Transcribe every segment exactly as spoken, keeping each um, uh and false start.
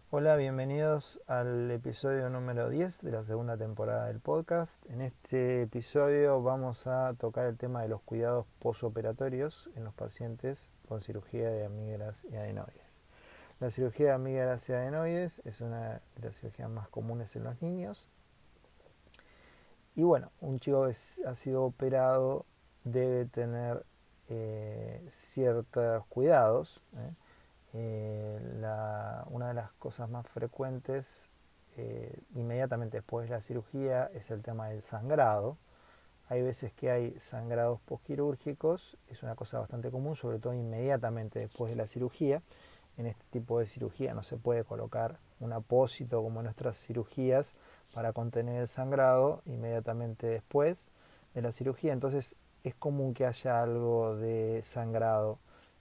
Hola, bienvenidos al episodio número diez de la segunda temporada del podcast. En este episodio vamos a tocar el tema de los cuidados posoperatorios en los pacientes con cirugía de amígdalas y adenoides. La cirugía de amígdalas y adenoides es una de las cirugías más comunes en los niños. Y bueno, un chico que ha sido operado debe tener eh, ciertos cuidados, ¿eh? Eh, la, una de las cosas más frecuentes eh, inmediatamente después de la cirugía es el tema del sangrado. Hay veces que hay sangrados posquirúrgicos, es una cosa bastante común, sobre todo inmediatamente después de la cirugía. En este tipo de cirugía no se puede colocar un apósito como en nuestras cirugías para contener el sangrado inmediatamente después de la cirugía, entonces es común que haya algo de sangrado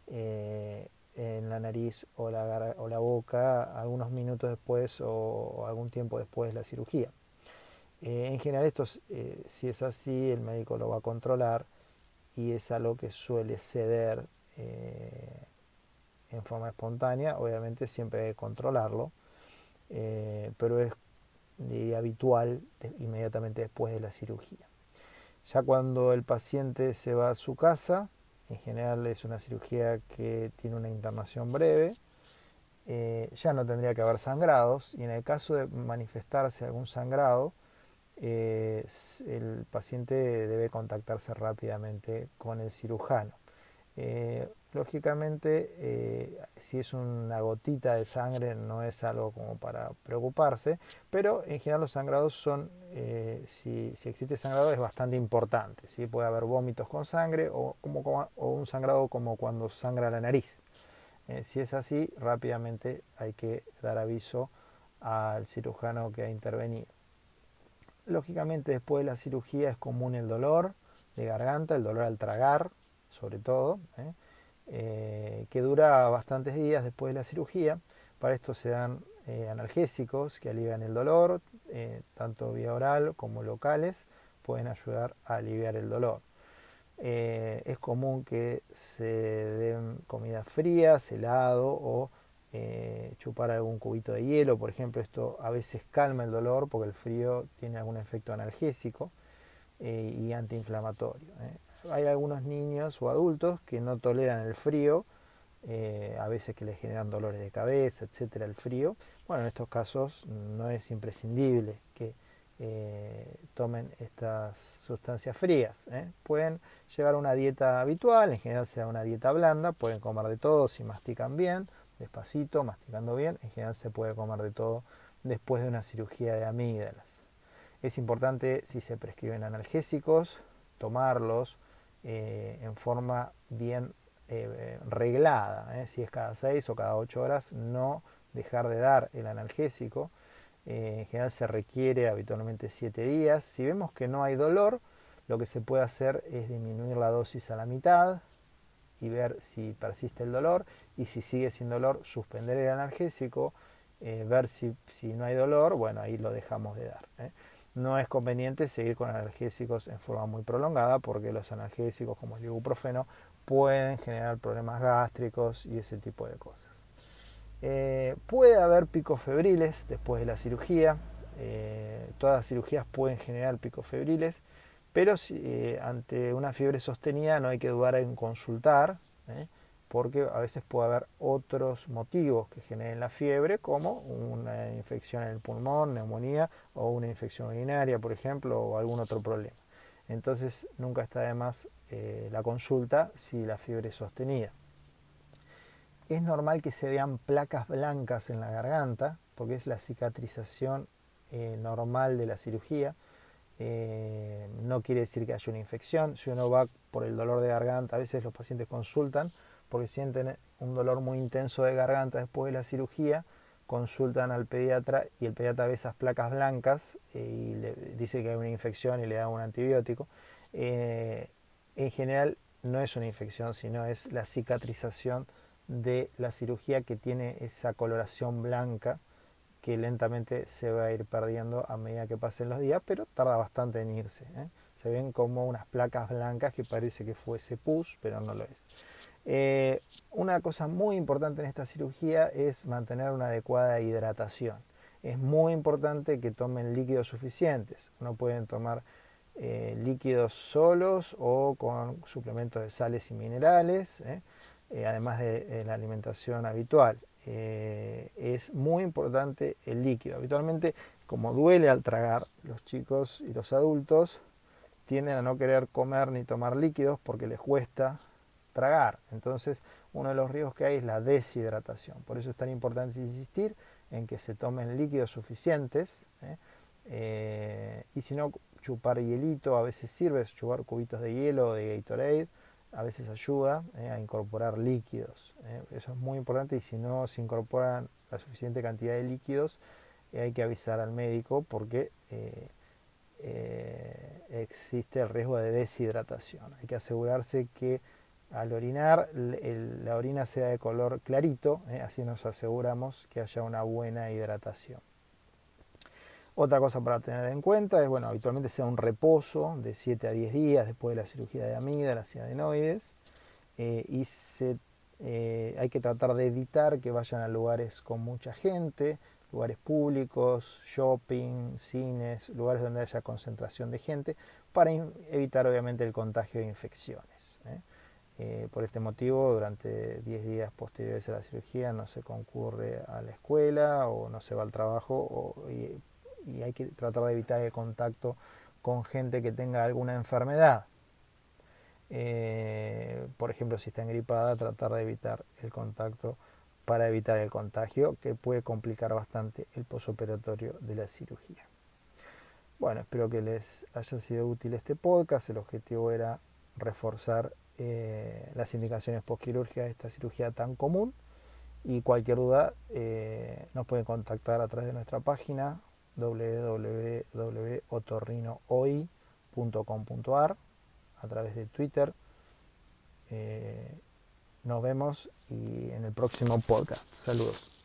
eh, en la nariz o la, o la boca algunos minutos después o, o algún tiempo después de la cirugía. Eh, en general esto, eh, si es así, el médico lo va a controlar y es algo que suele ceder eh, en forma espontánea. Obviamente siempre hay que controlarlo, eh, pero es diría, habitual de, inmediatamente después de la cirugía. Ya cuando el paciente se va a su casa, en general es una cirugía que tiene una internación breve, eh, ya no tendría que haber sangrados y en el caso de manifestarse algún sangrado, eh, el paciente debe contactarse rápidamente con el cirujano. Eh, lógicamente, eh, si es una gotita de sangre no es algo como para preocuparse, pero en general los sangrados son, eh, si, si existe sangrado es bastante importante, ¿sí? Puede haber vómitos con sangre o, como, o un sangrado como cuando sangra la nariz. Eh, si es así, rápidamente hay que dar aviso al cirujano que ha intervenido. Lógicamente después de la cirugía es común el dolor de garganta, el dolor al tragar, sobre todo, ¿eh? Eh, que dura bastantes días después de la cirugía. Para esto se dan eh, analgésicos que alivian el dolor, eh, tanto vía oral como locales, pueden ayudar a aliviar el dolor. Eh, es común que se den comidas frías, helado o eh, chupar algún cubito de hielo, por ejemplo. Esto a veces calma el dolor porque el frío tiene algún efecto analgésico eh, y antiinflamatorio. ¿eh? Hay algunos niños o adultos que no toleran el frío, eh, a veces que les generan dolores de cabeza, etcétera, el frío. Bueno, en estos casos no es imprescindible que eh, tomen estas sustancias frías. ¿eh? Pueden llevar una dieta habitual, en general sea una dieta blanda, pueden comer de todo si mastican bien, despacito, masticando bien, en general se puede comer de todo después de una cirugía de amígdalas. Es importante, si se prescriben analgésicos, tomarlos eh, en forma bien eh, reglada, ¿eh? Si es cada seis o cada ocho horas, no dejar de dar el analgésico. Eh, en general se requiere habitualmente siete días. Si vemos que no hay dolor, lo que se puede hacer es disminuir la dosis a la mitad y ver si persiste el dolor, y si sigue sin dolor, suspender el analgésico, eh, ver si, si no hay dolor, bueno, ahí lo dejamos de dar. ¿eh? No es conveniente seguir con analgésicos en forma muy prolongada porque los analgésicos como el ibuprofeno pueden generar problemas gástricos y ese tipo de cosas. Eh, puede haber picos febriles después de la cirugía. Eh, todas las cirugías pueden generar picos febriles, pero si, eh, ante una fiebre sostenida no hay que dudar en consultar, ¿eh? porque a veces puede haber otros motivos que generen la fiebre, como una infección en el pulmón, neumonía, o una infección urinaria, por ejemplo, o algún otro problema. Entonces nunca está de más eh, la consulta si la fiebre es sostenida. Es normal que se vean placas blancas en la garganta, porque es la cicatrización eh, normal de la cirugía. Eh, no quiere decir que haya una infección. Si uno va por el dolor de garganta, a veces los pacientes consultan porque sienten un dolor muy intenso de garganta después de la cirugía, consultan al pediatra y el pediatra ve esas placas blancas eh, y le dice que hay una infección y le da un antibiótico. Eh, en general no es una infección, sino es la cicatrización de la cirugía que tiene esa coloración blanca que lentamente se va a ir perdiendo a medida que pasen los días, pero tarda bastante en irse. ¿eh? O se ven como unas placas blancas que parece que fuese pus, pero no lo es. Eh, una cosa muy importante en esta cirugía es mantener una adecuada hidratación. Es muy importante que tomen líquidos suficientes. No pueden tomar eh, líquidos solos o con suplementos de sales y minerales, ¿eh? Eh, además de, de la alimentación habitual. Eh, es muy importante el líquido. Habitualmente, como duele al tragar, los chicos y los adultos tienden a no querer comer ni tomar líquidos porque les cuesta tragar. Entonces, uno de los riesgos que hay es la deshidratación. Por eso es tan importante insistir en que se tomen líquidos suficientes, ¿eh? Eh, y si no, chupar hielito a veces sirve, chupar cubitos de hielo o de Gatorade a veces ayuda eh, a incorporar líquidos. Eh. Eso es muy importante, y si no se incorporan la suficiente cantidad de líquidos, eh, hay que avisar al médico porque eh, eh, existe el riesgo de deshidratación. Hay que asegurarse que al orinar el, la orina sea de color clarito, eh, así nos aseguramos que haya una buena hidratación. Otra cosa para tener en cuenta es, bueno, habitualmente sea un reposo de siete a diez días después de la cirugía de amígdalas y adenoides, eh, y se, eh, hay que tratar de evitar que vayan a lugares con mucha gente, lugares públicos, shopping, cines, lugares donde haya concentración de gente, para evitar obviamente el contagio de infecciones, ¿eh? Eh, por este motivo, durante diez días posteriores a la cirugía no se concurre a la escuela o no se va al trabajo, o, y, y hay que tratar de evitar el contacto con gente que tenga alguna enfermedad. Eh, por ejemplo, si está engripada, tratar de evitar el contacto para evitar el contagio, que puede complicar bastante el posoperatorio de la cirugía. Bueno, espero que les haya sido útil este podcast. El objetivo era reforzar eh, las indicaciones postquirúrgicas de esta cirugía tan común, y cualquier duda eh, nos pueden contactar a través de nuestra página w w w punto otorrino hoy punto com punto a r, a través de Twitter. Eh, nos vemos y en el próximo podcast. Saludos.